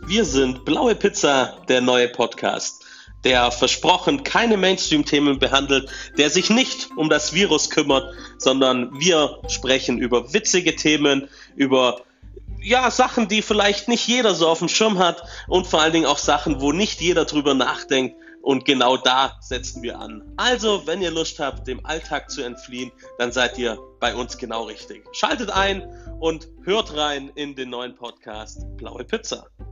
Wir sind Blaue Pizza, der neue Podcast, der versprochen keine Mainstream-Themen behandelt, der sich nicht um das Virus kümmert, sondern wir sprechen über witzige Themen, über Sachen, die vielleicht nicht jeder so auf dem Schirm hat und vor allen Dingen auch Sachen, wo nicht jeder drüber nachdenkt. Und genau da setzen wir an. Also, wenn ihr Lust habt, dem Alltag zu entfliehen, dann seid ihr bei uns genau richtig. Schaltet ein und hört rein in den neuen Podcast Blaue Pizza.